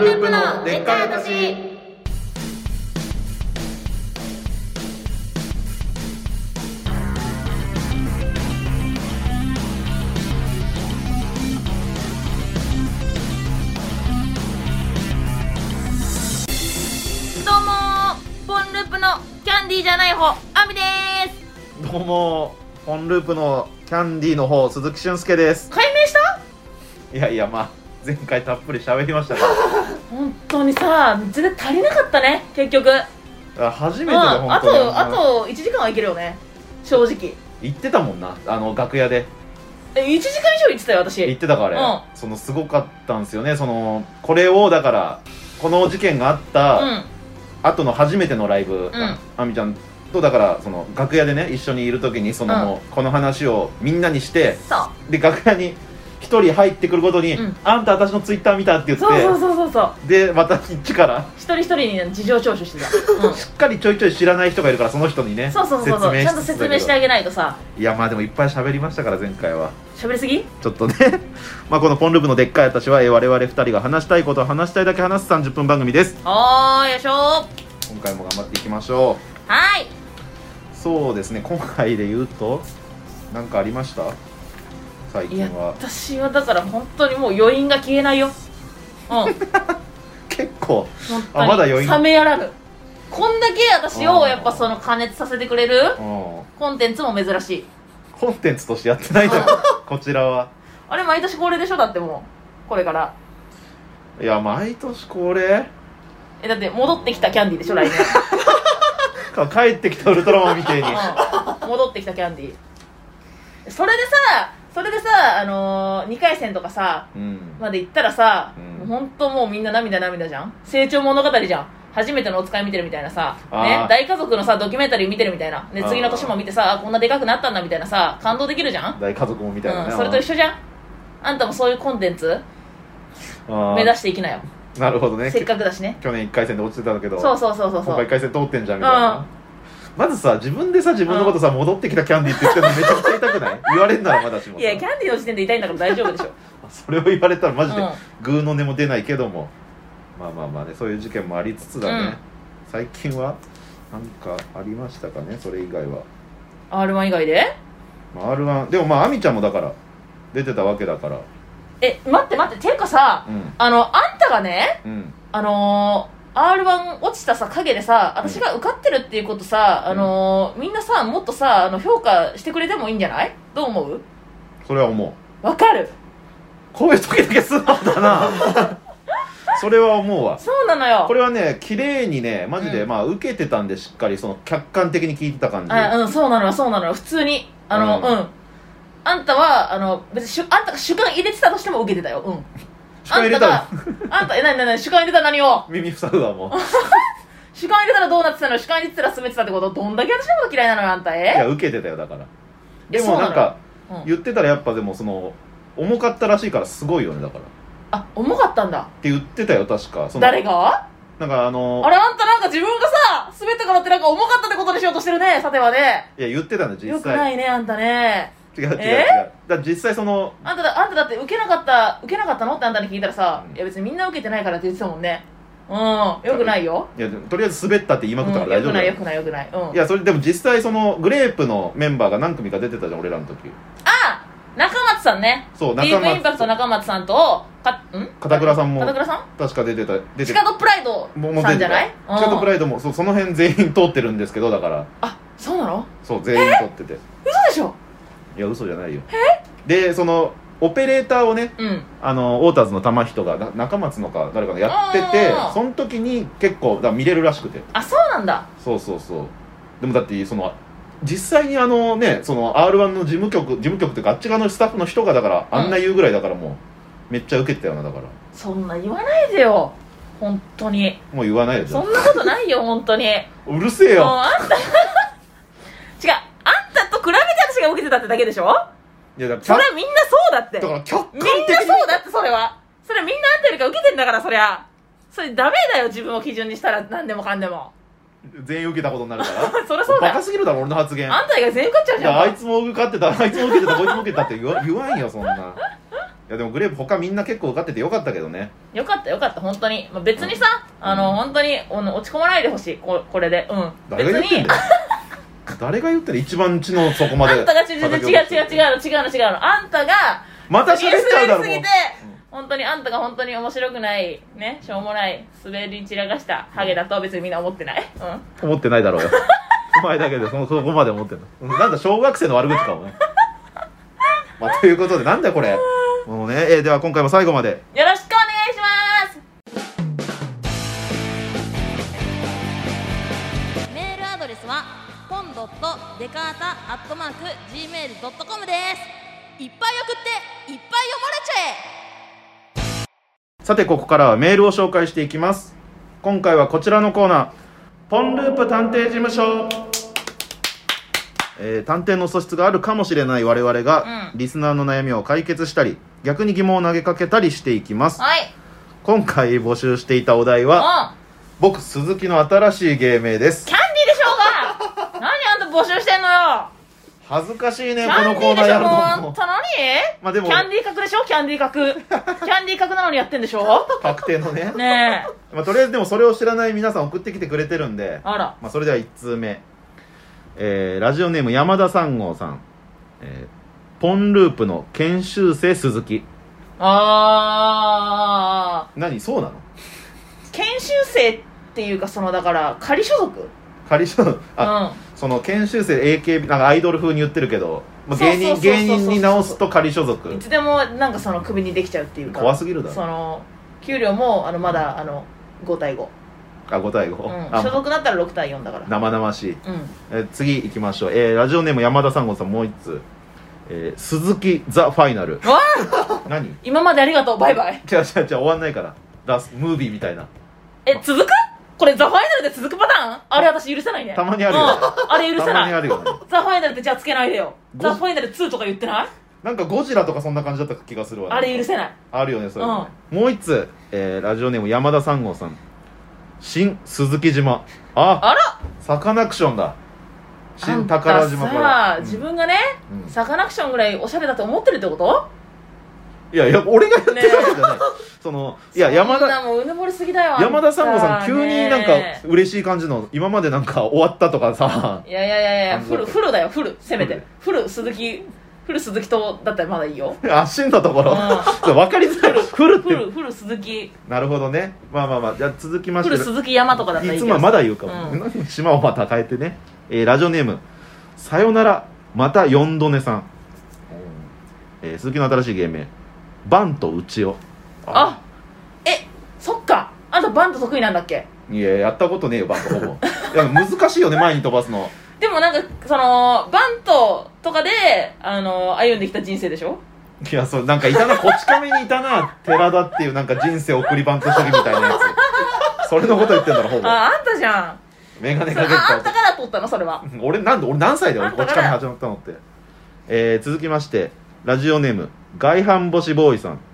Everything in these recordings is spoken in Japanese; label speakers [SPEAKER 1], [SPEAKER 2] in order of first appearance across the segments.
[SPEAKER 1] ループのでっかい私。
[SPEAKER 2] どうもポンループのキャンディーじゃない方アミです。
[SPEAKER 1] どうもポンループのキャンディーの方鈴木俊介です。
[SPEAKER 2] 解明した？
[SPEAKER 1] いやいや、まあ前回たっぷり喋りましたから
[SPEAKER 2] 本当にさ、全然足りなかったね結局。
[SPEAKER 1] 初めてで本当に
[SPEAKER 2] あと1時間はいけるよね正直。
[SPEAKER 1] 言ってたもんな、楽屋で
[SPEAKER 2] 1時間以上言ってたよ私。
[SPEAKER 1] 言ってたからそのすごかったんですよね。これをだからこの事件があった後の初めてのライブ、あみちゃんとだから楽屋でね一緒にいる時にもうこの話をみんなにして、で楽屋に一人入ってくるごとに、あんた私のツイッター見たって言って、
[SPEAKER 2] そう
[SPEAKER 1] でまた一から
[SPEAKER 2] 一人一人に事情聴取してた、
[SPEAKER 1] しっかりちょいちょい知らない人がいるからその人にね
[SPEAKER 2] そうちゃんと説明してあげないとさ。
[SPEAKER 1] いやまあでもいっぱい喋りましたから前回は
[SPEAKER 2] 喋りすぎ
[SPEAKER 1] ちょっとねまあこのポンループのでっかい私は我々2人が話したいことを話したいだけ話す30分番組です。
[SPEAKER 2] よいしょー。
[SPEAKER 1] 今回も頑張っていきましょ
[SPEAKER 2] う。はい。
[SPEAKER 1] そうですね、今回で言うと何かありました最近は。いや
[SPEAKER 2] 私はだから本当にもう余韻が消えないよ
[SPEAKER 1] 結構まだ余韻
[SPEAKER 2] 冷めやらぬ。こんだけ私をやっぱ加熱させてくれるコンテンツも珍しい。
[SPEAKER 1] コンテンツとしてやってないのよこちらは。あ
[SPEAKER 2] れ毎年恒例でしょ。だってもうこれから
[SPEAKER 1] いや毎年恒例
[SPEAKER 2] だって戻ってきたキャンディーでしょ来年
[SPEAKER 1] 帰ってきたウルトラマンみたいに
[SPEAKER 2] 戻ってきたキャンディー。それでさ2回戦とかさ、まで行ったらさ、もう本当もうみんな涙じゃん。成長物語じゃん。初めてのお使い見てるみたいなさ、ね、大家族のさドキュメンタリー見てるみたいな、ね、次の年も見てさこんなでかくなったんだみたいなさ感動できるじゃん。
[SPEAKER 1] 大家族もみたいなね、
[SPEAKER 2] それと一緒じゃん。あんたもそういうコンテンツ目指していきなよ。
[SPEAKER 1] なるほどね。
[SPEAKER 2] せっかくだしね。
[SPEAKER 1] 去年1回戦で落ちてたんだけど
[SPEAKER 2] そう
[SPEAKER 1] 今回1回戦通ってんじゃんみたいな、まずさ自分でさ自分のことさ、戻ってきたキャンディーって言ってるのめちゃくちゃ痛くない言われんならまだしも。
[SPEAKER 2] いやキャンディーの時点で痛いんだから大丈夫でしょ
[SPEAKER 1] それを言われたらマジでグーの音も出ないけども、まあね、そういう事件もありつつだね、最近は何かありましたかね。それ以外は
[SPEAKER 2] R1 以外で、
[SPEAKER 1] R1 でもあみちゃんもだから出てたわけだから。
[SPEAKER 2] 待ってていうかさ、あんたがね、R1 落ちたさ陰でさ私が受かってるっていうことさ、みんなさもっとさ評価してくれてもいいんじゃない？どう思う？
[SPEAKER 1] それは思
[SPEAKER 2] う。わかる。
[SPEAKER 1] 声時々素直だなそれは思うわ。
[SPEAKER 2] そうなのよ。
[SPEAKER 1] これはね綺麗にねマジで、受けてたんでしっかり客観的に聞いてた感じ。
[SPEAKER 2] そうなのよ普通にあんたは別にあんたが主観入れてたとしても受けてたよ。
[SPEAKER 1] 主観入れたら
[SPEAKER 2] あんた何主観入れたら何を
[SPEAKER 1] 耳塞ぐわもう
[SPEAKER 2] 主観入れたらどうなってたの？主観入れてたら滑ってたってこと？どんだけ私のこと嫌いなのよあんた。
[SPEAKER 1] いや受けてたよだから。でもなんか言ってたらやっぱでも重かったらしいからすごいよねだから。
[SPEAKER 2] 重かったんだ
[SPEAKER 1] って言ってたよ確か。
[SPEAKER 2] 誰が？
[SPEAKER 1] なんか
[SPEAKER 2] あれあんたなんか自分がさ滑ったからってなんか重かったってことにしようとしてるねさてはね。
[SPEAKER 1] いや言ってたね実際。
[SPEAKER 2] よくないねあんたね。
[SPEAKER 1] 違うだ実際あ
[SPEAKER 2] んただって受けなかったのってあんたに聞いたらさ、いや別にみんな受けてないからって言ってたもんね。よくないよ。
[SPEAKER 1] いやとりあえず滑ったって言いまくったから大丈夫だよ。
[SPEAKER 2] よくない。
[SPEAKER 1] いやそれでも実際グレープのメンバーが何組か出てたじゃん俺らの時。
[SPEAKER 2] 中松さんね。
[SPEAKER 1] そう
[SPEAKER 2] ディープインパクト中松さんと
[SPEAKER 1] 片倉さんも
[SPEAKER 2] 片倉さん
[SPEAKER 1] 確か出てた。
[SPEAKER 2] シカゴプライドさんじゃない？
[SPEAKER 1] シカゴプライドもその辺全員通ってるんですけどだから。
[SPEAKER 2] そうなの？
[SPEAKER 1] そう全員通ってて。
[SPEAKER 2] 嘘でしょ？
[SPEAKER 1] いや嘘じゃないよ。でオペレーターをね、ウォーターズの玉人が中松のか誰かがやってて、その時に結構見れるらしくて。
[SPEAKER 2] そうなんだ。
[SPEAKER 1] そうでもだって実際にR1 の事務局っていうかあっち側のスタッフの人がだからあんな言うぐらいだからもうめっちゃ受けてたよなだから。
[SPEAKER 2] そんな言わないでよ本当に。
[SPEAKER 1] もう言わないよ。
[SPEAKER 2] そんなことないよ本当に
[SPEAKER 1] うるせえよ。
[SPEAKER 2] あんた違うあんたと比べて私が受けてたってだけでしょ。
[SPEAKER 1] いや
[SPEAKER 2] それはみんなそうだって。
[SPEAKER 1] だから客観的に
[SPEAKER 2] みんなそうだって。それみんなあんたよりか受けてんだから。それダメだよ自分を基準にしたら何でもかんでも
[SPEAKER 1] 全員受けたことになるから
[SPEAKER 2] そりゃそうだよ。
[SPEAKER 1] バカすぎるだろ俺の発言。
[SPEAKER 2] あんた以外全員受かっちゃうじゃん。
[SPEAKER 1] あいつも受かってたあいつも受けてたこいつも受けてたって言わんよそんな。 いやでもグレープ他みんな結構受かっててよかったけどね。
[SPEAKER 2] よかったよかった本当に、まあ、別にさ、本当に落ち込まないでほしいこれで。
[SPEAKER 1] 誰が言ってんだよ誰が言ってんの一番血の底まで。
[SPEAKER 2] あんたが違うのあんたが
[SPEAKER 1] また喋っちゃうだろもう。
[SPEAKER 2] 本当にあんたが本当に面白くないね、しょうもない滑り散らかしたハゲだとは別にみんな思ってない。
[SPEAKER 1] 思ってないだろうよお前だけでそこまで思ってんの。なんだ小学生の悪口かもねまあということでなんだよこれもうね、では今回も最後まで
[SPEAKER 2] よろしくお願いします。メールアドレスはpon.dekata@gmail.com です。いっぱい送っていっぱい読まれちゃえ。
[SPEAKER 1] さてここからはメールを紹介していきます。今回はこちらのコーナー、ポンループ探偵事務所。探偵の素質があるかもしれない我々が、リスナーの悩みを解決したり逆に疑問を投げかけたりしていきます。
[SPEAKER 2] はい、
[SPEAKER 1] 今回募集していたお題は、僕鈴木の新しい芸名です。
[SPEAKER 2] キャンディーでしょうが何あんた募集してんのよ。
[SPEAKER 1] 恥ずかしいねこのコーナーやるのも。
[SPEAKER 2] あんた何、まあ、でもキャンディー角でしょ。キャンディー角キャンディー角なのにやってんでしょ
[SPEAKER 1] 確定のね
[SPEAKER 2] ね
[SPEAKER 1] え、まあ、とりあえずでもそれを知らない皆さん送ってきてくれてるんで、
[SPEAKER 2] あら、
[SPEAKER 1] まあ、それでは1通目、ラジオネーム山田三号さん、ポンループの研修生鈴木。何そうなの。
[SPEAKER 2] 研修生っていうかだから仮所属
[SPEAKER 1] その研修生 AKB なんかアイドル風に言ってるけど、芸人に直すと仮所属、
[SPEAKER 2] いつでもなんかクビにできちゃうっていうか。
[SPEAKER 1] 怖すぎるだろ。
[SPEAKER 2] 給料もまだ5対5。
[SPEAKER 1] 5対5、
[SPEAKER 2] 所属だったら6対4だから
[SPEAKER 1] 生々しい。次行きましょう。ラジオネーム山田三号さんもう一つ、鈴木ザ・ファイナル。何
[SPEAKER 2] 今までありがとうバイバイ。
[SPEAKER 1] 違う終わんないから、ムービーみたいな。
[SPEAKER 2] 続くこれザ・ファイナルで続くパターンあれ私許せないね。
[SPEAKER 1] たまにあるよね。
[SPEAKER 2] あれ許せない。
[SPEAKER 1] たまにあるよね。
[SPEAKER 2] ザ・ファイナルってじゃあつけないでよ。ザ・ファイナル2とか言ってない？
[SPEAKER 1] なんかゴジラとかそんな感じだった気がするわ、ね、
[SPEAKER 2] あれ許せない。
[SPEAKER 1] あるよねそれ、もう一つ、ラジオネーム山田三号さん、新鈴木島。あらサカナクションだ。新宝島から。
[SPEAKER 2] 自分がね、サカナクションぐらいおしゃれだと思ってるってこと？
[SPEAKER 1] いや俺が言ってるわけじゃない、いや山田
[SPEAKER 2] もううぬぼれすぎだよ。
[SPEAKER 1] 山田三号さん急になんか嬉しい感じの、今までなんか終わったとかさ。
[SPEAKER 2] いやフルだよ。フルせめてフル鈴木とだったらまだいいよ。
[SPEAKER 1] 死んだところ分かりづらい。フ
[SPEAKER 2] ル鈴木。
[SPEAKER 1] なるほどね。まあじゃあ続きまして、
[SPEAKER 2] フル鈴木山とかだったらいいけど、
[SPEAKER 1] いつもまだ言うかも、島をまた変えてね。ラジオネームさよならまた4度寝さん、鈴木の新しい芸名バンと内尾。
[SPEAKER 2] そっか、あんたバント得意なんだっけ？
[SPEAKER 1] いややったことねえよバントほぼいや難しいよね前に飛ばすの。
[SPEAKER 2] でもなんかバントとかで歩んできた人生でしょ。
[SPEAKER 1] いやなんかいたな、こち亀にいたな寺田っていうなんか人生送りバント主義みたいなやつそれのこと言ってんだろほぼ。
[SPEAKER 2] あんたじゃん。
[SPEAKER 1] メガネかけっこ。
[SPEAKER 2] あんたから取ったのそれは。
[SPEAKER 1] 俺何歳だよこち亀始まったのって。続きましてラジオネーム外反母趾ボーイさん、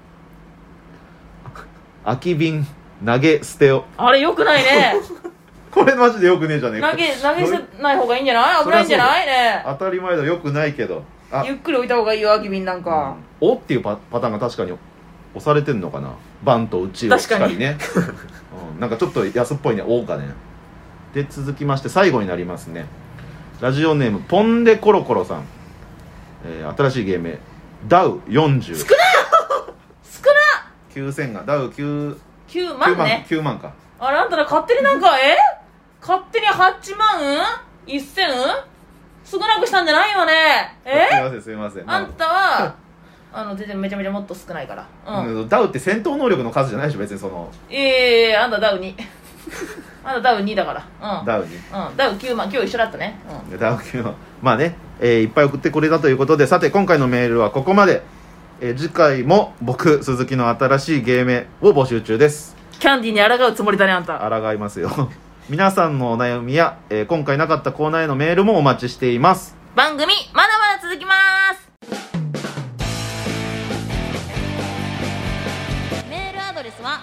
[SPEAKER 1] 空き瓶投げ捨てよ。
[SPEAKER 2] あれよくないね
[SPEAKER 1] これマジでよくねえじゃねえか。
[SPEAKER 2] 投げ捨てない方がいいんじゃない？危ないんじゃないね。
[SPEAKER 1] 当たり前だ、よくないけど。
[SPEAKER 2] ゆっくり置いた方がいいよ空き瓶なんか。
[SPEAKER 1] おっていうパターンが確かに押されてんのかな。バンと内をしっかりねなんかちょっと安っぽいね、おかね。で続きまして最後になりますね。ラジオネームポンデコロコロさん、新しい芸名ダウ40。
[SPEAKER 2] 少な
[SPEAKER 1] 9000がダウ9
[SPEAKER 2] 万ね。
[SPEAKER 1] 9万か。
[SPEAKER 2] あれあんたら勝手になんか勝手に8万1000少なくしたんじゃないよね。
[SPEAKER 1] すいません。
[SPEAKER 2] あんたは全然めちゃめちゃもっと少ないから。
[SPEAKER 1] ダウって戦闘能力の数じゃないでしょ別に
[SPEAKER 2] あんたダウ2あんたダウ2だから。
[SPEAKER 1] ダウ2。
[SPEAKER 2] ダウ9万今日一緒だったね。
[SPEAKER 1] ダウ9万。まあね、いっぱい送ってくれたということで、さて今回のメールはここまで。次回も僕鈴木の新しい芸名を募集中です。
[SPEAKER 2] キャンディーに抗うつもりだねあんた。
[SPEAKER 1] 抗いますよ皆さんのお悩みや、今回なかったコーナーへのメールもお待ちしています。
[SPEAKER 2] 番組まだまだ続きます。メールアドレスは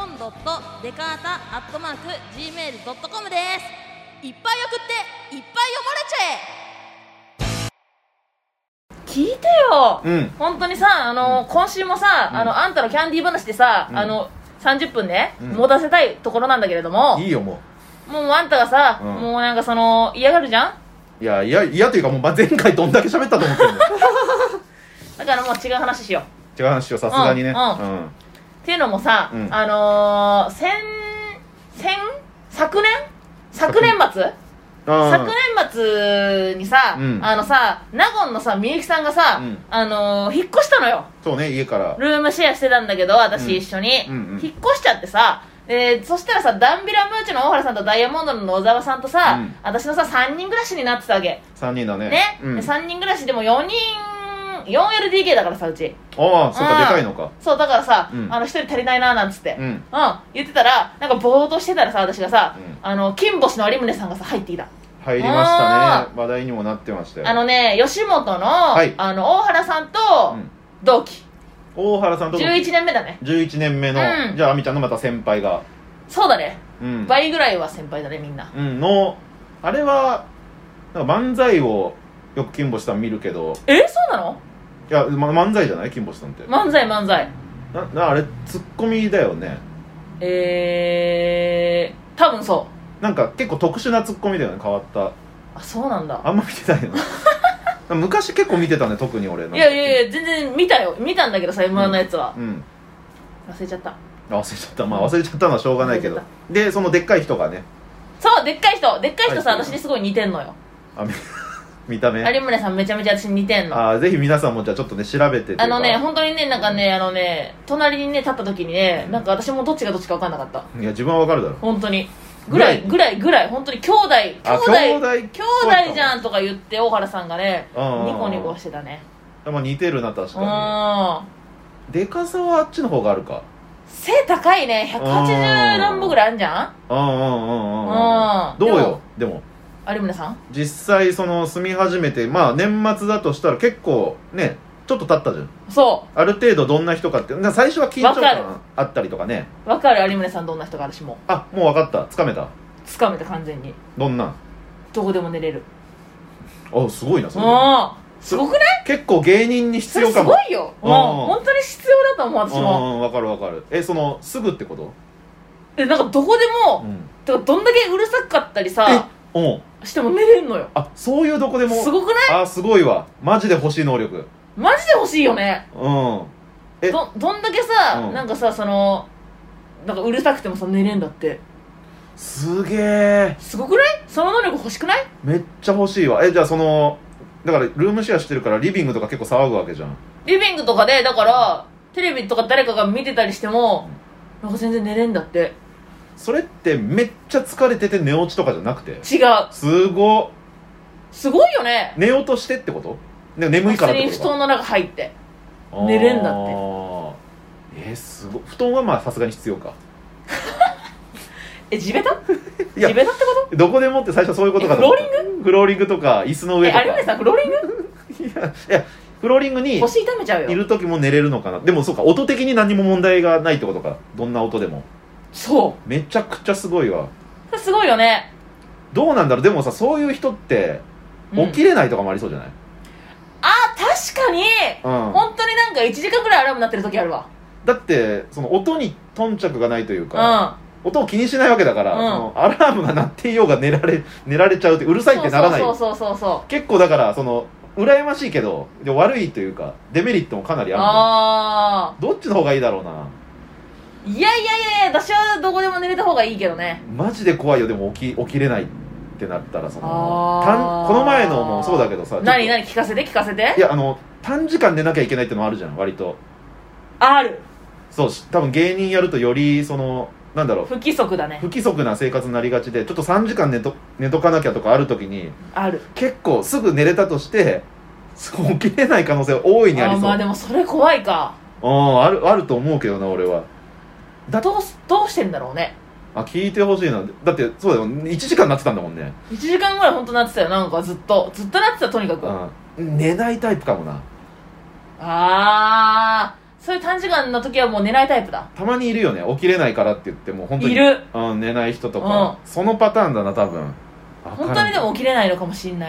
[SPEAKER 2] pon.dekata@gmail.com です。いっぱい送っていっぱい読まれちゃえ。 聞いてよ、本当にさ今週もさ、あんたのキャンディー話でさ、30分ね、持たせたいところなんだけれども、
[SPEAKER 1] いいよも
[SPEAKER 2] うあんたがさ、もうなんか嫌がるじゃん。
[SPEAKER 1] いやというかもう前回どんだけ喋ったと思ってるんだよ
[SPEAKER 2] だからもう違う話しよ
[SPEAKER 1] う。違う話しよう、さすがにね。
[SPEAKER 2] っていうのもさ、昨年末にさ、納言のさみゆきさんがさ、引っ越したのよ。
[SPEAKER 1] そうね、家から
[SPEAKER 2] ルームシェアしてたんだけど、私一緒に、引っ越しちゃってさ、そしたらさ、ダンビラムーチの大原さんとダイヤモンドの野沢さんとさ、私のさ3人暮らしになってたわけ。
[SPEAKER 1] 3人だね。
[SPEAKER 2] 3人暮らしでも4LDK だからさ、うち。
[SPEAKER 1] ああ、そっか、でかいのか。
[SPEAKER 2] そうだからさ、1人足りないななんつって、言ってたら、なんかぼーっとしてたらさ、私がさ、金星の有宗さんがさ入ってきた。
[SPEAKER 1] 入りましたね。話題にもなってましたよ。
[SPEAKER 2] 吉本の、大原さんと同期。
[SPEAKER 1] 大原さんと
[SPEAKER 2] 11年目だね。
[SPEAKER 1] 11年目の、じゃあ亜美ちゃんのまた先輩が。
[SPEAKER 2] そうだね、倍ぐらいは先輩だね、みんな。
[SPEAKER 1] あれはなんか漫才をよく金星さん見るけど。
[SPEAKER 2] そうなの？
[SPEAKER 1] いや、漫才じゃない金星さんって。
[SPEAKER 2] 漫才
[SPEAKER 1] あれツッコミだよね。
[SPEAKER 2] 多分そう。
[SPEAKER 1] なんか結構特殊なツッコミだよね。変わった。
[SPEAKER 2] あ、そうなんだ。
[SPEAKER 1] あんま見てないの昔結構見てたね、特に俺。
[SPEAKER 2] いや全然見たんだけどさ、M1 のやつは、忘れちゃった。
[SPEAKER 1] まあ忘れちゃったのはしょうがないけど。でそのでっかい人がね。
[SPEAKER 2] そう、でっかい人さ、私にすごい似てんのよ。
[SPEAKER 1] 見た目
[SPEAKER 2] 有宗さんめちゃめちゃ私に似てんの。
[SPEAKER 1] ぜひ皆さんもじゃあちょっとね調べて。
[SPEAKER 2] 本当にね、なんかね、隣にね立った時にね、なんか私もどっちがどっちか分かんなかった。
[SPEAKER 1] いや、自分は分かるだろ
[SPEAKER 2] 本当にぐらい本当に兄弟じゃんとか言って、大原さんがねニコニコしてたね。
[SPEAKER 1] 似てるな、確かに。でかさはあっちの方があるか。
[SPEAKER 2] 背高いね、180何歩ぐらいあるじゃん。
[SPEAKER 1] どうよ。でも
[SPEAKER 2] 有宗さん
[SPEAKER 1] 実際住み始めて年末だとしたら結構ねちょっと経ったじゃん。
[SPEAKER 2] そう
[SPEAKER 1] ある程度どんな人かって最初は緊張感あったりとかね。
[SPEAKER 2] 分かる。有宗さんどんな人か私も。
[SPEAKER 1] もう分かった。つかめた
[SPEAKER 2] 完全に。
[SPEAKER 1] どんな？
[SPEAKER 2] どこでも寝れる。
[SPEAKER 1] すごいなそれ。
[SPEAKER 2] すごくない？
[SPEAKER 1] 結構芸人に必要かも。
[SPEAKER 2] すごいよ。本当に必要だと思う、私も。
[SPEAKER 1] 分かる。すぐってこと？
[SPEAKER 2] なんかどこでも、どんだけうるさかったりさしても寝れんのよ。
[SPEAKER 1] そういうどこでも。
[SPEAKER 2] すごくない？
[SPEAKER 1] すごいわ。マジで欲しい能力。
[SPEAKER 2] マジで欲しいよね。どんだけさ、なんかさ、なんかうるさくてもさ寝れんだって。
[SPEAKER 1] すげえ。
[SPEAKER 2] すごくない？その能力欲しくない？
[SPEAKER 1] めっちゃ欲しいわ。じゃあだからルームシェアしてるからリビングとか結構騒ぐわけじゃん。
[SPEAKER 2] リビングとかで、だからテレビとか誰かが見てたりしてもなんか全然寝れんだって。
[SPEAKER 1] それってめっちゃ疲れてて寝落ちとかじゃなくて？
[SPEAKER 2] 違う。すごいよね。
[SPEAKER 1] 寝ようとしてってこと？眠いからってことか？普通に
[SPEAKER 2] 布団の中入って寝れんだって。
[SPEAKER 1] すごい。布団はさすがに必要か。
[SPEAKER 2] 地べた？地べたってこと？
[SPEAKER 1] どこでもって最初そういうことかと思った。フローリングとか椅子の上とか。
[SPEAKER 2] 有宗さんフローリング？
[SPEAKER 1] いやフローリングに
[SPEAKER 2] 腰痛めちゃうよ。
[SPEAKER 1] いる時も寝れるのかな。でもそうか、音的に何も問題がないってことか。どんな音でも。
[SPEAKER 2] そう
[SPEAKER 1] めちゃくちゃすごいわ。
[SPEAKER 2] すごいよね。
[SPEAKER 1] どうなんだろう。でもさ、そういう人って起きれないとかもありそうじゃない？
[SPEAKER 2] 確かに、本当になんか1時間ぐらいアラーム鳴ってる時あるわ。
[SPEAKER 1] だって音に頓着がないというか、音を気にしないわけだから、アラームが鳴っていようが寝られちゃうって、うるさいってならない。
[SPEAKER 2] そう
[SPEAKER 1] 結構だから羨ましいけど悪いというかデメリットもかなりある。どっちの方がいいだろうな。
[SPEAKER 2] いや私はどこでも寝れた方がいいけどね。
[SPEAKER 1] マジで怖いよ。でも起きれないってなったらこの前のもそうだけどさ。
[SPEAKER 2] 何聞かせて。
[SPEAKER 1] いや短時間寝なきゃいけないってのもあるじゃん、割と。
[SPEAKER 2] ある。
[SPEAKER 1] そう多分芸人やるとよりなんだろう、
[SPEAKER 2] 不規則だね。
[SPEAKER 1] 不規則な生活になりがちで、ちょっと3時間寝とかなきゃとかある時に
[SPEAKER 2] ある。結
[SPEAKER 1] 構すぐ寝れたとして起きれない可能性は大いにありそう。
[SPEAKER 2] でもそれ怖いか。
[SPEAKER 1] あると思うけどな、俺は。
[SPEAKER 2] どうしてんだろうね。
[SPEAKER 1] 聞いてほしいな。だってそうだよ、1時間なってたんだもんね。
[SPEAKER 2] 1時間ぐらい本当なってたよ。なんかずっとなってた。とにかく
[SPEAKER 1] 寝ないタイプかもな。
[SPEAKER 2] そういう短時間の時はもう寝ないタイプだ。
[SPEAKER 1] たまにいるよね、起きれないからって言っても本当に
[SPEAKER 2] いる。
[SPEAKER 1] 寝ない人とか、そのパターンだな多分。
[SPEAKER 2] 本当にでも起きれないのかもしんない。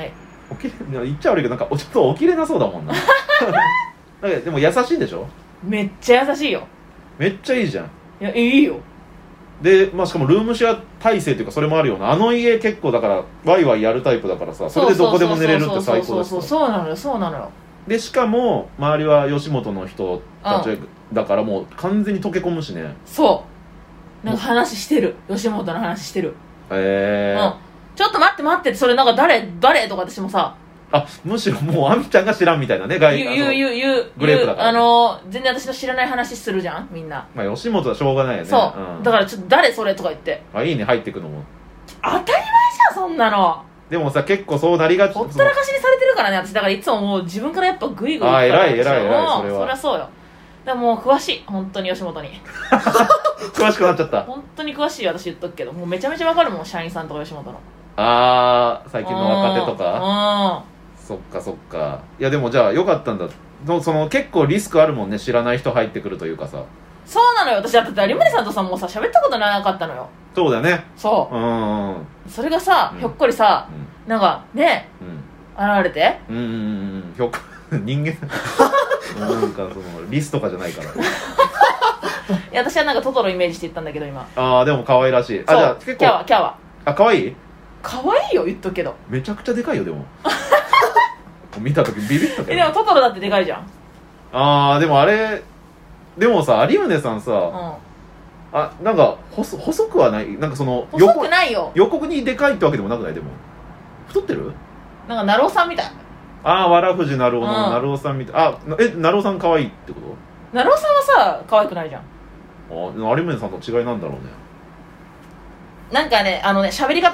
[SPEAKER 1] 起きれ言っちゃ悪いけどなんかちょっと起きれなそうだもんななんかでも優しいんでしょ。
[SPEAKER 2] めっちゃ優しいよ。
[SPEAKER 1] めっちゃいいじゃん。
[SPEAKER 2] いや、いいよ。
[SPEAKER 1] で、まあ、しかもルームシェア体制というかそれもあるよな。あの家結構だからワイワイやるタイプだからさ、それでどこでも寝れるって最高ですよ。
[SPEAKER 2] そうなのよ、そうなのよ。
[SPEAKER 1] でしかも周りは吉本の人たちだからもう完全に溶け込むしね。
[SPEAKER 2] そうなんか話してる、吉本の話してる。
[SPEAKER 1] へえー、
[SPEAKER 2] ちょっと待って待ってって、それなんか誰とか私もさ、
[SPEAKER 1] むしろもうあみちゃんが知らんみたいなね、
[SPEAKER 2] 言う
[SPEAKER 1] グレープだから、
[SPEAKER 2] 全然私の知らない話するじゃんみんな。
[SPEAKER 1] まあ吉本はしょうがないよね。
[SPEAKER 2] そう、だからちょっと誰それとか言って、
[SPEAKER 1] いいね、入ってくのも
[SPEAKER 2] 当たり前じゃんそんなの。
[SPEAKER 1] でもさ、結構そうなりがち。
[SPEAKER 2] ほったらかしにされてるからね私。だからいつももう自分からやっぱグイグイ
[SPEAKER 1] 偉いそれは。
[SPEAKER 2] そりゃそうよ。だからもう詳しい、本当に吉本に
[SPEAKER 1] 詳しくなっちゃった。
[SPEAKER 2] 本当に詳しい、私言っとくけど、もうめちゃめちゃわかるもん、社員さんとか吉本の。
[SPEAKER 1] 最近の若手とか。そっかそっか。いやでもじゃあよかったんだ。その結構リスクあるもんね、知らない人入ってくるというかさ。
[SPEAKER 2] そうなのよ。私だって有森さんとさもうさ喋ったことなかったのよ。
[SPEAKER 1] そうだよね。
[SPEAKER 2] そうそれがさ、ひょっこりさ、なんかね、現れて
[SPEAKER 1] ひょっこ人間なんかそのリスとかじゃないからい
[SPEAKER 2] や私はなんかトトロイメージして言ったんだけど今。
[SPEAKER 1] でも可愛らしい。
[SPEAKER 2] じゃあ結構キャワ
[SPEAKER 1] 可愛い。
[SPEAKER 2] 可愛いよ、言っとくけど。
[SPEAKER 1] めちゃくちゃでかいよでも見た時ビビったけど。
[SPEAKER 2] でもトトロだってでかいじゃん。
[SPEAKER 1] でもあれでもさ、有宗さんさ、なんか細くはない。なんかその
[SPEAKER 2] 細くないよ。
[SPEAKER 1] 横にでかいってわけでもなくない。でも太ってる。
[SPEAKER 2] なんか成尾さんみたい。
[SPEAKER 1] わらふじ成尾の成尾さんみたい。成尾さん可愛いってこと。
[SPEAKER 2] 成尾さんはさ可愛くないじゃん。
[SPEAKER 1] 有宗さんと違いなんだろうね。
[SPEAKER 2] なんかね、喋り方。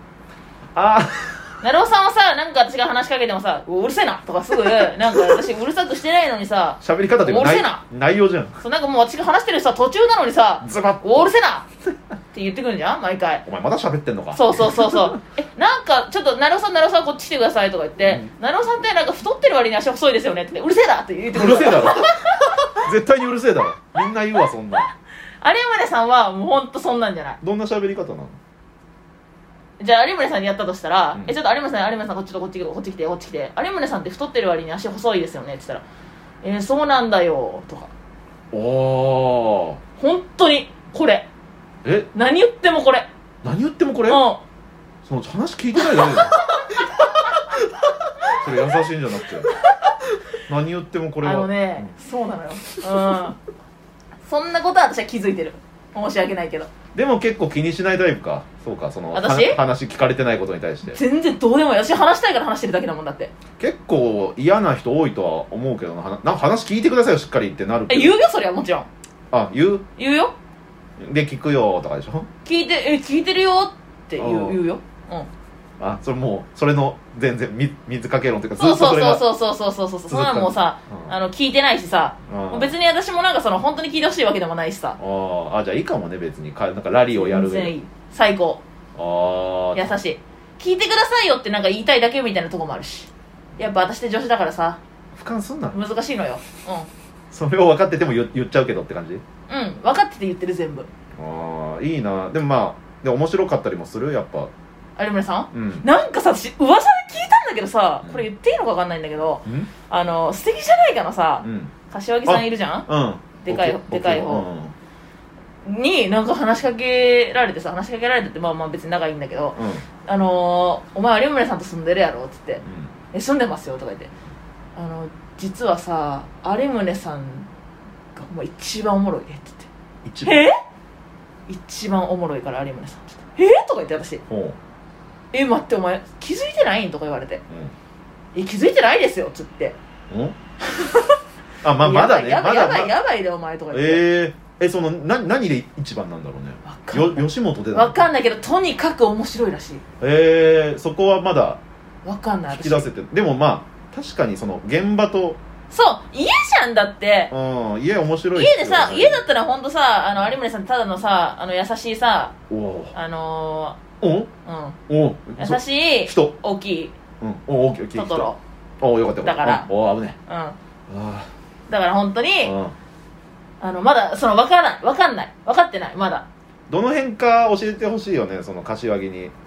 [SPEAKER 2] 成尾さんはさ、なんか私が話しかけてもさ、うるせえなとかすぐなんか私うるさくしてないのにさ、
[SPEAKER 1] 喋り方っていうか
[SPEAKER 2] うるせえな
[SPEAKER 1] 内容じゃん。
[SPEAKER 2] そう、なんかもう私が話してるさ途中なのにさ、
[SPEAKER 1] ズバッ
[SPEAKER 2] うるせえなって言ってくるんじゃん毎回。
[SPEAKER 1] お前まだ喋ってんのか。
[SPEAKER 2] そうなんかちょっと成尾さんこっち来てくださいとか言って、成尾さんってなんか太ってる割に足細いですよねって言って、うるせえなって言ってくる。
[SPEAKER 1] うるせえだろ絶対にうるせえだろ。みんな言うわそんな。
[SPEAKER 2] 有宗さんはもうほんとそんなんじゃない。
[SPEAKER 1] どんな喋り方なの。
[SPEAKER 2] じゃあ有宗さんにやったとしたら、ちょっと有宗さんこっち来て有宗さんって太ってる割に足細いですよねって言ったら、そうなんだよとか。
[SPEAKER 1] 本
[SPEAKER 2] 当にこれ何言ってもこれ
[SPEAKER 1] その話聞いてないよねそれ優しいんじゃなくて何言ってもこれは
[SPEAKER 2] そうなのよ。そんなことは私は気づいてる。申し訳ないけど。
[SPEAKER 1] でも結構気にしないタイプか。そうか、その話聞かれてないことに対して
[SPEAKER 2] 全然どうでもいい。私話したいから話してるだけだもんだって。
[SPEAKER 1] 結構嫌な人多いとは思うけどなんか話聞いてくださいよしっかりってなるけど。
[SPEAKER 2] 言うよそれはもちろん。
[SPEAKER 1] 言う
[SPEAKER 2] よ。
[SPEAKER 1] で聞くよとかでしょ。
[SPEAKER 2] 聞いてるよって言うよ。
[SPEAKER 1] それもうそれの全然水かけ論っていうか、
[SPEAKER 2] ずっとそれがそうそんなのもうさ、聞いてないしさ、別に私もなんかその本当に聞いてほしいわけでもないしさ。
[SPEAKER 1] じゃあいいかもね。別になんかラリーをやる
[SPEAKER 2] 全然いい。最高。優しい。聞いてくださいよってなんか言いたいだけみたいなとこもあるし、やっぱ私って女子だからさ、
[SPEAKER 1] 俯瞰すんな。
[SPEAKER 2] 難しいのよ。
[SPEAKER 1] それを分かってても言っちゃうけどって感じ。
[SPEAKER 2] 分かってて言ってる全部。
[SPEAKER 1] いいな。でもで面白かったりもするやっぱ。
[SPEAKER 2] 有村さん、なんかさ私噂で聞いたんだけどさ、これ言っていいのか分かんないんだけど、素敵じゃないかなさ、柏木さんいるじゃん、でかい方になんか話しかけられてってまあ別に仲いいんだけど、お前有村さんと住んでるやろって言って、住んでますよとか言って、実はさ有村さんがもう一番おもろいでって言って、一番おもろいから有村さんってとか言って、私待ってお前気づいてないんとか言われて、気づいてないですよっつって、まだね、やばいでお前とか言って、
[SPEAKER 1] その何で一番なんだろうね。吉本で
[SPEAKER 2] 分かんないけどとにかく面白いらしい。
[SPEAKER 1] そこはまだ
[SPEAKER 2] 分かんない。
[SPEAKER 1] 引き出せて。でも確かにその現場と、
[SPEAKER 2] そう家じゃんだって。
[SPEAKER 1] 家面白い。
[SPEAKER 2] 家でさ、家だったらほんとさ、有村さんただのさ、優しいさ、優しい
[SPEAKER 1] 人、
[SPEAKER 2] 大きい
[SPEAKER 1] 大きい
[SPEAKER 2] トトロ。
[SPEAKER 1] よかった。
[SPEAKER 2] だから
[SPEAKER 1] 危ね。
[SPEAKER 2] だから本当にまだその分かってないまだ。
[SPEAKER 1] どの辺か教えてほしいよね、その柏木に。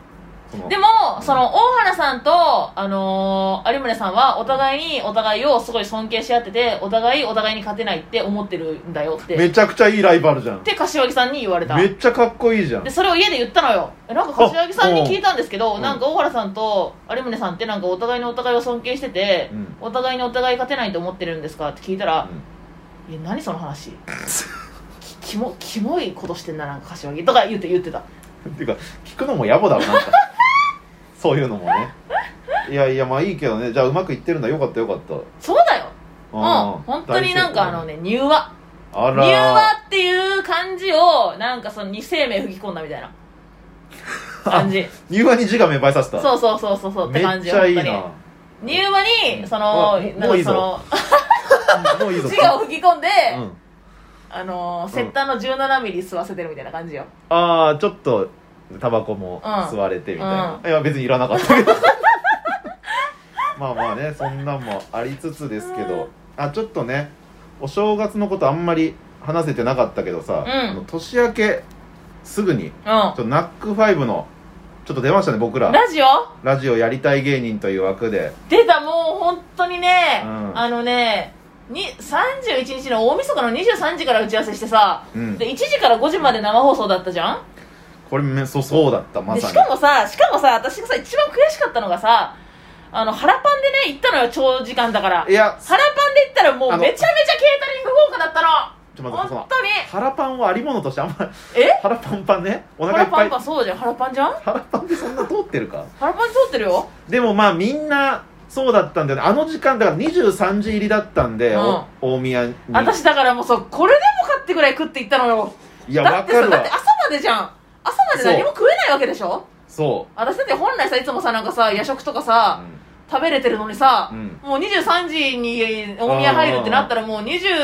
[SPEAKER 2] でもその大原さんと有宗さんはお互いにお互いをすごい尊敬し合ってて、お互いに勝てないって思ってるんだよって
[SPEAKER 1] めちゃくちゃいいライバルじゃん
[SPEAKER 2] って柏木さんに言われた。
[SPEAKER 1] めっちゃかっこいいじゃん。
[SPEAKER 2] でそれを家で言ったのよ。なんか柏木さんに聞いたんですけど、なんか大原さんと有宗さんってなんかお互いにお互いを尊敬してて、お互いにお互い勝てないと思ってるんですかって聞いたら、いや何その話キモいことしてんな、なんか柏木とか言ってた
[SPEAKER 1] っていうか聞くのも野暮だろなんかそういうのもね。いやいやまあいいけどね。じゃあうまくいってるんだ。よかったよかった。
[SPEAKER 2] そうだよ。本当になんか柔和っていう漢字をなんかその2生命吹き込んだみたいな感じ
[SPEAKER 1] 柔和に字が芽生えさせた。
[SPEAKER 2] そうって感じよ。
[SPEAKER 1] めっちゃいいな。
[SPEAKER 2] 柔和にその
[SPEAKER 1] もういいぞもういいぞ
[SPEAKER 2] 字を吹き込んで、セッターの17ミリ吸わせてるみたいな感じよ。
[SPEAKER 1] ああちょっとタバコも吸われてみたいな、いや別にいらなかったけどまあまあねそんなんもありつつですけど、ちょっとねお正月のことあんまり話せてなかったけどさ、年明けすぐに、ちょっとナックファイブのちょっと出ましたね僕ら。
[SPEAKER 2] ラジオ
[SPEAKER 1] やりたい芸人という枠で
[SPEAKER 2] 出た。もう本当にね、31日の大晦日の23時から打ち合わせしてさ、で1時から5時まで生放送だったじゃん。
[SPEAKER 1] これそうだったまさに。
[SPEAKER 2] しかもさ私がさ一番悔しかったのがさ、腹パンでね行ったのよ、長時間だから。いや腹パンで行ったらもうめちゃめちゃケータリング豪華だったの。本当に
[SPEAKER 1] 腹パンをありものとしてあんま腹パンパンね、お腹いっぱい。
[SPEAKER 2] 腹パンそうじゃん、腹パンじゃん。
[SPEAKER 1] 腹パンでそんな通ってるか。
[SPEAKER 2] 腹パン通ってるよ。
[SPEAKER 1] でもまあみんなそうだったんだよね。あの時間だから23時入りだったんで、大宮に。
[SPEAKER 2] 私だからもうこれでもかってぐらい食っていったのよ。
[SPEAKER 1] いやわかるわ。
[SPEAKER 2] だって朝までじゃん。朝まで何も食えないわけでしょ。
[SPEAKER 1] そう
[SPEAKER 2] 私だって本来さいつもさなんかさ夜食とかさ、食べれてるのにさ、もう23時に大宮入るってなったらもう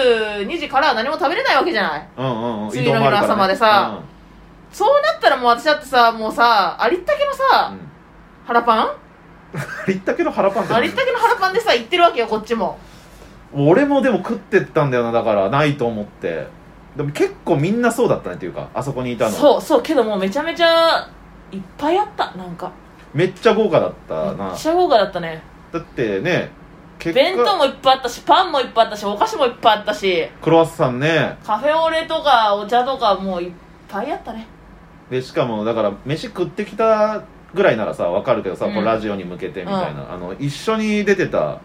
[SPEAKER 2] 22時から何も食べれないわけじゃない。次の日の朝までさ、そうなったらもう私だってさもうさありったけのさ、腹パン
[SPEAKER 1] ありったけの腹パンって
[SPEAKER 2] ありったけの腹パンでさ行ってるわけよこっちも。
[SPEAKER 1] 俺もでも食ってったんだよな。だからないと思って。でも結構みんなそうだったねっていうか、あそこにいたの。そう
[SPEAKER 2] けどもうめちゃめちゃいっぱいあった。なんか
[SPEAKER 1] めっちゃ豪華だったな。
[SPEAKER 2] めっちゃ豪華だったね。
[SPEAKER 1] だってね
[SPEAKER 2] 弁当もいっぱいあったし、パンもいっぱいあったし、お菓子もいっぱいあったし、
[SPEAKER 1] クロワッサンね、
[SPEAKER 2] カフェオレとかお茶とかもいっぱいあったね。
[SPEAKER 1] でしかもだから飯食ってきたぐらいならさ分かるけどさ、こうラジオに向けてみたいな、一緒に出てた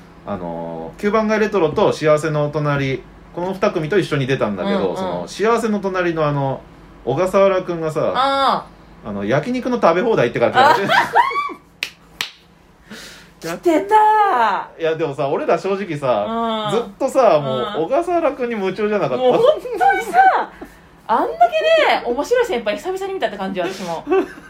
[SPEAKER 1] 9番街レトロと幸せの隣、この2組と一緒に出たんだけど、その幸せの隣の小笠原くんがさ、焼肉の食べ放題行ってから来
[SPEAKER 2] てた。
[SPEAKER 1] いやでもさ俺ら正直さ、ずっとさもう小笠原くんに夢中じゃなかった。
[SPEAKER 2] もう本当にさあんだけね面白い先輩久々に見たって感じ。私も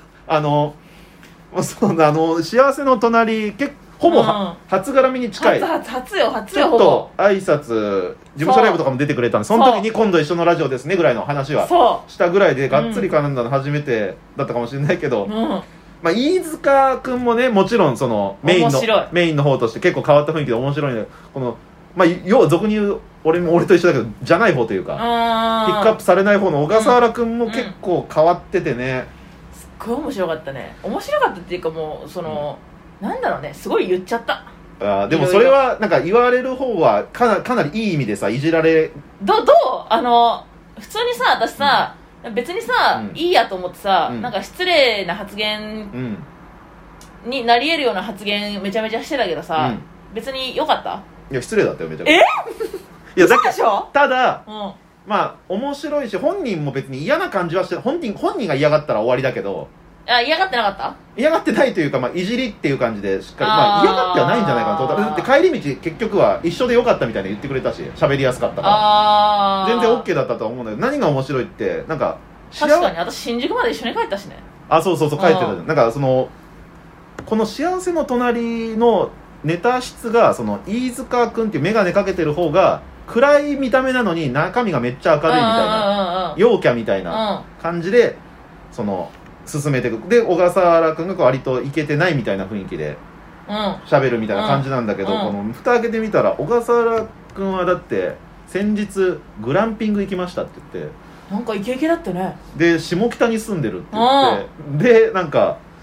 [SPEAKER 1] 幸せの隣ほぼ初絡みに近い。
[SPEAKER 2] 初よ
[SPEAKER 1] ちょっと挨拶事務所ライブとかも出てくれたんで、その時に今度一緒のラジオですねぐらいの話はしたぐらいで、がっつり絡んだの初めてだったかもしれないけど、まあ飯塚くんもねもちろんそのメインの方として結構変わった雰囲気で面白いんだけど、このまあ要は俗に言う俺と一緒だけどじゃない方というか、ピックアップされない方の小笠原くんも結構変わっててね、
[SPEAKER 2] すっごい面白かったね。面白かったっていうかもうなんだろうね、すごい言っちゃった。
[SPEAKER 1] でもそれはなんか言われる方はかなりいい意味でさいじられ
[SPEAKER 2] どう普通にさ私さ、別にさ、いいやと思ってさ、なんか失礼な発言になり得るような発言めちゃめちゃしてたけどさ、別に良かった？
[SPEAKER 1] いや失礼だったよめちゃめちゃ。いやだけ
[SPEAKER 2] ど
[SPEAKER 1] ただ、まあ面白いし本人も別に嫌な感じはして本人が嫌がったら終わりだけど。
[SPEAKER 2] 嫌がってなかった？
[SPEAKER 1] 嫌がってないというか、まあ、いじりっていう感じでしっかり、まあ、嫌がってはないんじゃないかなと。だって帰り道結局は一緒でよかったみたいに言ってくれたし、喋りやすかったから全然 OK だったとは思うんだけど、何が面白いってなんか
[SPEAKER 2] 確かに私新宿まで一緒に帰ったしね。
[SPEAKER 1] そう帰ってたじゃん。なんかこの幸せの隣のネタ質が飯塚君っていう眼鏡かけてる方が暗い見た目なのに中身がめっちゃ明るいみたいな、陽キャみたいな感じで進めていく。で小笠原君が割とイケてないみたいな雰囲気で喋るみたいな感じなんだけど、この蓋開けてみたら小笠原君はだって先日グランピング行きましたって言って、
[SPEAKER 2] なんかイケイケだったね。
[SPEAKER 1] で下北に住んでるって言って、でなんか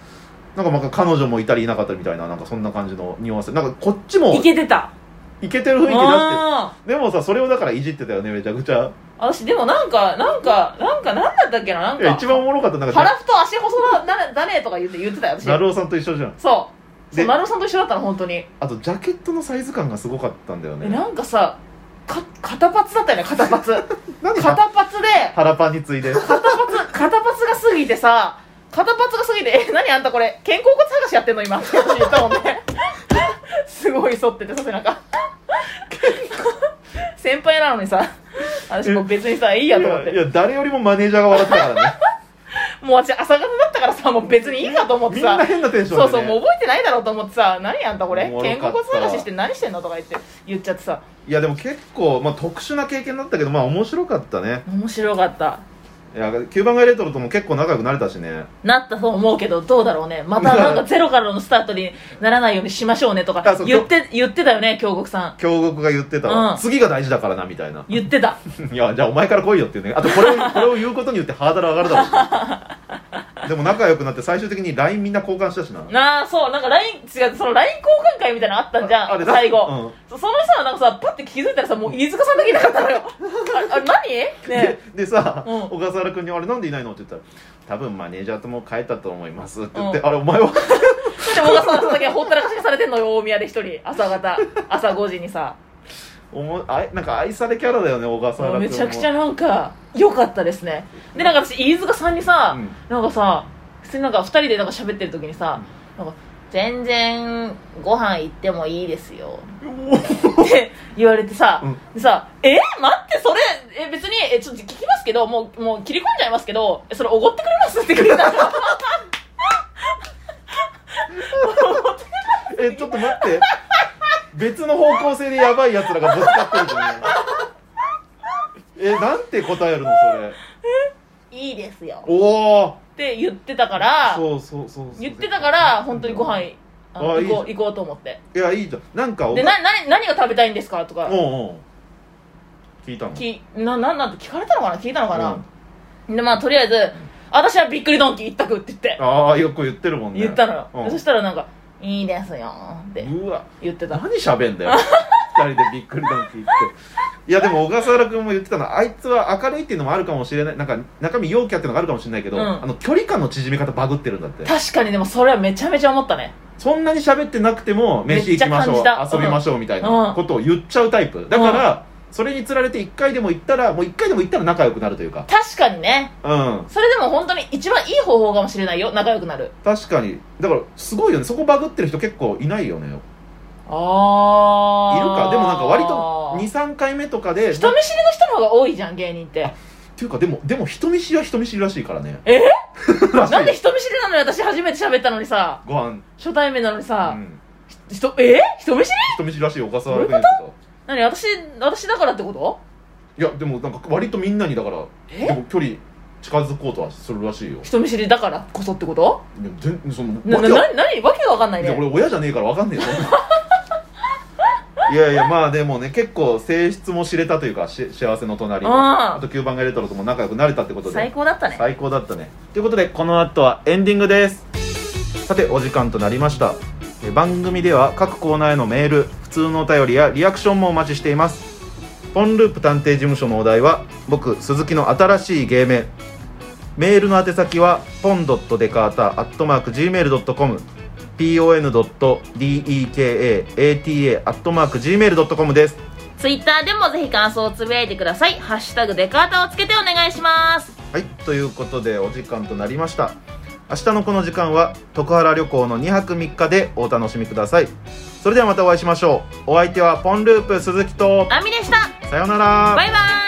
[SPEAKER 1] なんかまあ彼女もいたりいなかったりみたいな、なんかそんな感じのニュアンス、なんかこっちも
[SPEAKER 2] イケてた、
[SPEAKER 1] イケてる雰囲気出してでもさ、それをだからいじってたよね、めちゃくちゃ。
[SPEAKER 2] 私でもなんだったっけな、なんか
[SPEAKER 1] 一番おもろかったなんか
[SPEAKER 2] 腹太足細だねとか言ってたよ私。
[SPEAKER 1] 成尾さんと一緒じゃん。
[SPEAKER 2] そう成尾さんと一緒だったの本当に。
[SPEAKER 1] あとジャケットのサイズ感がすごかったんだよね。
[SPEAKER 2] なんかさ肩パツだったよね、肩パツ
[SPEAKER 1] 何
[SPEAKER 2] 肩パツで
[SPEAKER 1] 腹パンについで
[SPEAKER 2] 肩パツが過ぎてさ、肩パツが過ぎて何あんたこれ肩甲骨探しやってんの今って私言ったもんねすごい反っててさ、背中先輩なのにさ、私もう別にさいいやと思って。
[SPEAKER 1] いや誰よりもマネージャーが笑ってたからね
[SPEAKER 2] もう私朝方だったからさ、もう別にいいかと思ってさ、
[SPEAKER 1] みんな変なテンションで、ね、
[SPEAKER 2] そうもう覚えてないだろうと思ってさ、何あんたこれ肩甲骨探しして何してんのとか言っちゃってさ。
[SPEAKER 1] いやでも結構、まあ、特殊な経験だったけど、まあ面白かったね。
[SPEAKER 2] 面白かった。
[SPEAKER 1] いや9番街レトロとも結構仲良くなれたしね。
[SPEAKER 2] なったと思うけどどうだろうね、またなんかゼロからのスタートにならないようにしましょうねとか言ってたよね、京極さん。
[SPEAKER 1] 京極が言ってたわ、
[SPEAKER 2] うん、
[SPEAKER 1] 次が大事だからなみたいな
[SPEAKER 2] 言ってた
[SPEAKER 1] いやじゃあお前から来いよっていうね。あとこれを言うことによってハードル上がるだろうでも仲良くなって最終的に LINE みんな交換したしな。
[SPEAKER 2] そうなんか LINE その LINE 交換会みたいなのあったんじゃん最後、そのさなんかさパッて気づいたらさ、もう飯塚さんだけいなかったのよあれ何ね
[SPEAKER 1] でさ、小笠原君に「あれなんでいないの?」って言ったら「多分マネージャーとも帰ったと思います」って言って、あれお前は
[SPEAKER 2] なんで小笠原さんだけほったらかしにされてんのよ、大宮で一人朝5時にさ
[SPEAKER 1] なんか愛されキャラだよね、小笠原君も。
[SPEAKER 2] めちゃくちゃなんか良かったですね。でなんか私飯塚さんにさ、なんかさ普通になんか2人でなんか喋ってる時にさ、なんか全然ご飯行ってもいいですよって言われてさ、でさ待ってそれ別にちょっと聞きますけどもう切り込んじゃいますけどそれおごってくれますってくれたの
[SPEAKER 1] ちょっと待って別の方向性でやばいやつらがぶつかってるじゃんなんて答えるのそれ
[SPEAKER 2] いいですよ
[SPEAKER 1] おお
[SPEAKER 2] って言ってたから、
[SPEAKER 1] そう
[SPEAKER 2] 言ってたから本当にご飯行こうと思って。い
[SPEAKER 1] やいいじゃん。なんか
[SPEAKER 2] で何が食べたいんですかとか
[SPEAKER 1] 聞いた
[SPEAKER 2] のなんて聞かれたのかな、聞いたのかな、でまあとりあえず私はびっくりドンキー一択って言って、
[SPEAKER 1] ああよく言ってるもんね、
[SPEAKER 2] 言ったのよ、そしたらなんかいいですよって言ってた。
[SPEAKER 1] 何喋んだよ二人でびっくりドンキーっていやでも小笠原君も言ってたの、あいつは明るいっていうのもあるかもしれない、なんか中身陽キャっていうのがあるかもしれないけど、距離感の縮め方バグってるんだって。確
[SPEAKER 2] かにでもそれはめちゃめちゃ思ったね。
[SPEAKER 1] そんなに喋ってなくても飯行きましょう遊びましょうみたいなことを言っちゃうタイプだから、それにつられて1回でも行ったら仲良くなるというか。
[SPEAKER 2] 確かにね。それでも本当に一番いい方法かもしれないよ、仲良くなる。
[SPEAKER 1] 確かに。だからすごいよね、そこバグってる人結構いないよね。いるか。でもなんか割と 2,3 回目とかで
[SPEAKER 2] 人見知りの人の方が多いじゃん芸人って。
[SPEAKER 1] っていうかでも人見知りは人見知りらしいからね。
[SPEAKER 2] なんで人見知りなのに私初めて喋ったのにさ、
[SPEAKER 1] ご飯
[SPEAKER 2] 初対面なのにさ、人見知り
[SPEAKER 1] 人見知りらしいよ小笠原君。
[SPEAKER 2] 何私だからってこと？
[SPEAKER 1] いやでもなんか割とみんなにだからでも距離近づこうとはするらしいよ。
[SPEAKER 2] 人見知りだからこそってこと？
[SPEAKER 1] いやその
[SPEAKER 2] 何わけが分かんないね。
[SPEAKER 1] 俺親じゃねえから分かんねえよいやまあでもね結構性質も知れたというか幸せの隣のあと9番街レトロとも仲良くなれたってことで
[SPEAKER 2] 最高だったね。
[SPEAKER 1] 最高だったね。ということでこの後はエンディングです。さてお時間となりました。番組では各コーナーへのメール、普通のお便りやリアクションもお待ちしています。ポンループ探偵事務所のお題は僕鈴木の新しい芸名。メールの宛先はpon.dekata@gmail.com pon.dekata@gmail.com です。
[SPEAKER 2] ツイッターでもぜひ感想をつぶやいてください。ハッシュタグデカータをつけてお願いします。
[SPEAKER 1] はい、ということでお時間となりました。明日のこの時間は徳原旅行の2泊3日でお楽しみください。それではまたお会いしましょう。お相手はポンループ鈴木と
[SPEAKER 2] アミでした。
[SPEAKER 1] さようなら。
[SPEAKER 2] バイバイ。